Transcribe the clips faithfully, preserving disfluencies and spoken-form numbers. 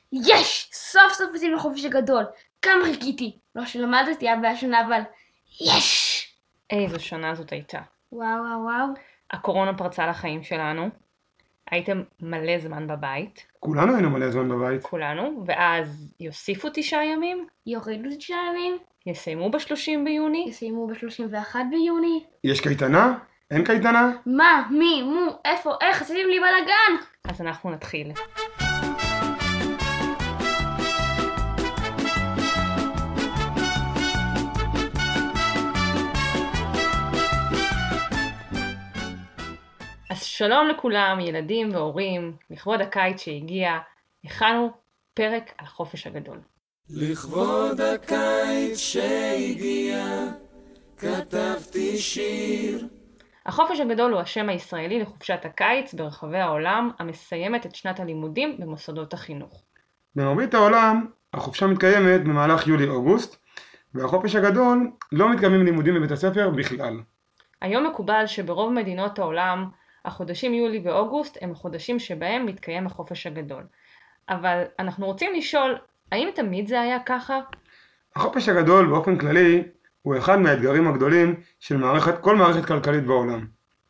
יש! סוף סוף יוצאים לחופש הגדול. כמה חיכיתי. לא שלמדתי הבא השנה, אבל יש! איזו שנה זאת הייתה. וואו וואו וואו. הקורונה פרצה לחיים שלנו. הייתם מלא זמן בבית. כולנו היינו מלא זמן בבית. כולנו. ואז יוסיפו תשעה ימים. יורידו תשעה ימים. יסיימו ב-שלושים ביוני. יסיימו ב-שלושים ואחד ביוני. יש קייטנה? אין קייטנה? מה? מי? מו? איפה? איך? עשיתם לי בלגן! אז אנחנו נתחיל. אז שלום לכולם, ילדים והורים, לכבוד הקיץ שהגיע, הכנו פרק על החופש הגדול. לכבוד הקיץ שהגיע, כתבתי שיר. החופש הגדול הוא השם הישראלי לחופשת הקיץ ברחבי העולם, המסיימת את שנת הלימודים במוסדות החינוך. במרבית העולם, החופשה מתקיימת במהלך יולי-אוגוסט, והחופש הגדול לא מתקיימים לימודים בבית הספר בכלל. היום מקובל שברוב מדינות העולם, החודשים יולי ואוגוסט הם החודשים שבהם מתקיים החופש הגדול. אבל אנחנו רוצים לשאול, האם תמיד זה היה ככה? החופש הגדול באופן כללי הוא אחד מהאתגרים הגדולים של מערכת, כל מערכת כלכלית בעולם.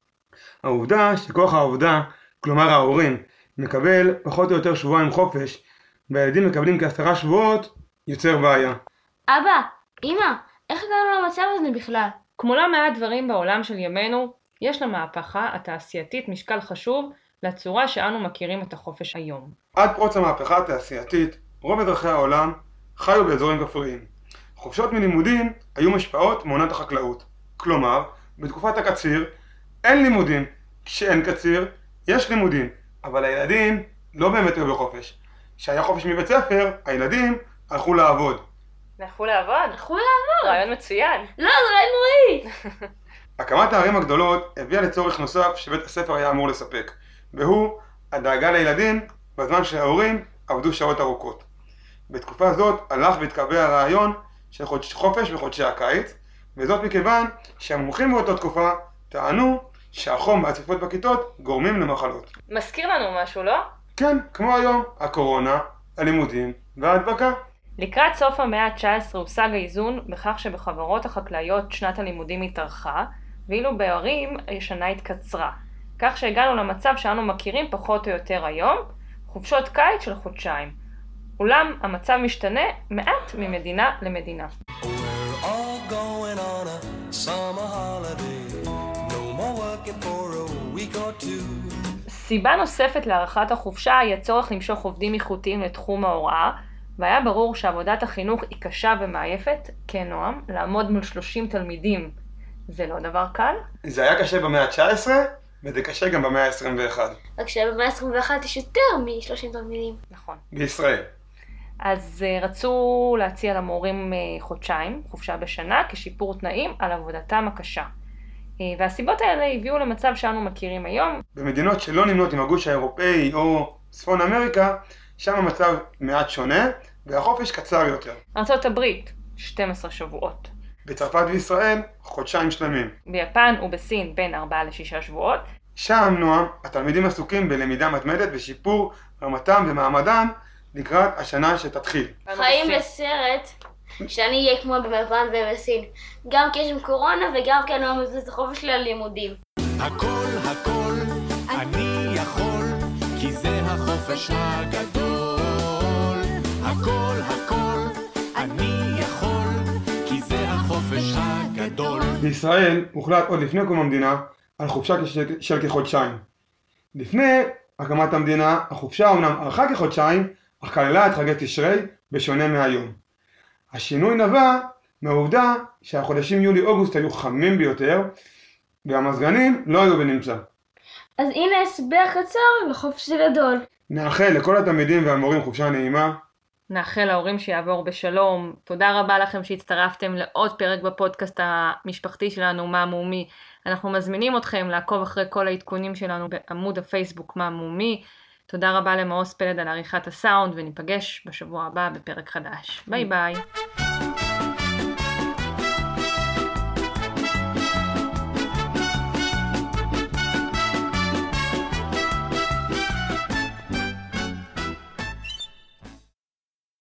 העובדה שכוח העבודה, כלומר ההורים, מקבל פחות או יותר שבועיים חופש, והילדים מקבלים כעשרה שבועות, יוצר בעיה. אבא, אמא, איך הגענו למצב הזה בכלל? כמו לא מעט דברים בעולם של ימינו, יש למהפכה התעשייתית משקל חשוב לצורה שאנו מכירים את החופש היום. עד פרוץ המהפכה התעשייתית, רוב אזרחי העולם חיו באזורים כפריים. חופשות מלימודים היו משפעות מעונת החקלאות. כלומר, בתקופת הקציר אין לימודים. כשאין קציר, יש לימודים, אבל הילדים לא באמת היו בחופש. כשהיה חופש מבית ספר, הילדים הלכו לעבוד. הלכו לעבוד? הלכו לעבוד. רעיון מצוין. לא, זה רעיון נוראי. הקמת הערים הגדולות הביאה לצורך נוסף שבית הספר היה אמור לספק, והוא הדאגה לילדים בזמן שההורים עבדו שעות ארוכות. בתקופה זאת הלך והתקבע הרעיון של חודש חופש בחודשי הקיץ, וזאת מכיוון שהמומחים באותה תקופה טענו שהחום והצפיפות בכיתות גורמים למחלות. מזכיר לנו משהו, לא? כן, כמו היום, הקורונה, הלימודים וההדבקה. לקראת סוף המאה ה-תשע עשרה הושג האיזון בכך שבחברות החקלאיות שנת הלימודים התארכה, ואילו בערים השנה התקצרה. כך שהגענו למצב שאנו מכירים פחות או יותר היום, חופשות קיץ של חודשיים. אולם המצב משתנה מעט ממדינה למדינה. We're all going on a summer holiday. No more working for a week or two. סיבה נוספת להארכת החופשה היא הצורך למשוך עובדים איכותיים לתחום ההוראה, והיה ברור שעבודת החינוך היא קשה ומעייפת, כן נועם, לעמוד מול שלושים תלמידים. זה לא דבר קל? זה היה קשה במאה ה-תשע עשרה, וזה קשה גם במאה ה-עשרים ואחת. רק שבמאה ה-עשרים ואחת יש יותר מ-שלושים תלמידים. נכון. בישראל. אז uh, רצו להציע למורים uh, חודשיים, חופשה בשנה, כשיפור תנאים על עבודתם הקשה. Uh, והסיבות האלה הביאו למצב שאנו מכירים היום. במדינות שלא נמנות עם הגוש האירופאי או צפון אמריקה, שם המצב מעט שונה, והחופש קצר יותר. ארצות הברית, שנים עשר שבועות. בצרפת וישראל, חודשיים שלמים. ביפן ובסין, בין ארבעה לשישה שבועות. שם, נועם, התלמידים עסוקים בלמידה מתמדת ושיפור רמתם ומעמדם לקראת השנה שתתחיל. חיים בסרט שאני אהיה כמו ביפן ובסין. גם כי יש עם קורונה וגם כי אני לא מבזבז את החופש שלי על לימודים. הכל הכל אני יכול, כי זה החופש הגדול. הכל הכל אני יכול, כי זה החופש הגדול. בישראל הוחלט עוד לפני קום המדינה על חופשה של, של כחודשיים. לפני הקמת המדינה, החופשה אומנם ארכה כחודשיים, אך כללה את חגי תשרי בשונה מהיום. השינוי נבע מהעובדה שהחודשים יולי-אוגוסט היו חמים ביותר, והמזגנים לא היו בנמצא. אז הנה הסבר קצר לחופש הגדול. נאחל לכל התלמידים והמורים חופשה נעימה. נאחל להורים שיעבור בשלום. תודה רבה לכם שהצטרפתם לעוד פרק בפודקאסט המשפחתי שלנו, מה מומי. אנחנו מזמינים אתכם לעקוב אחרי כל העדכונים שלנו בעמוד הפייסבוק מה מומי. תודה רבה למעוז פלד על עריכת הסאונד, וניפגש בשבוע הבא בפרק חדש. ביי ביי.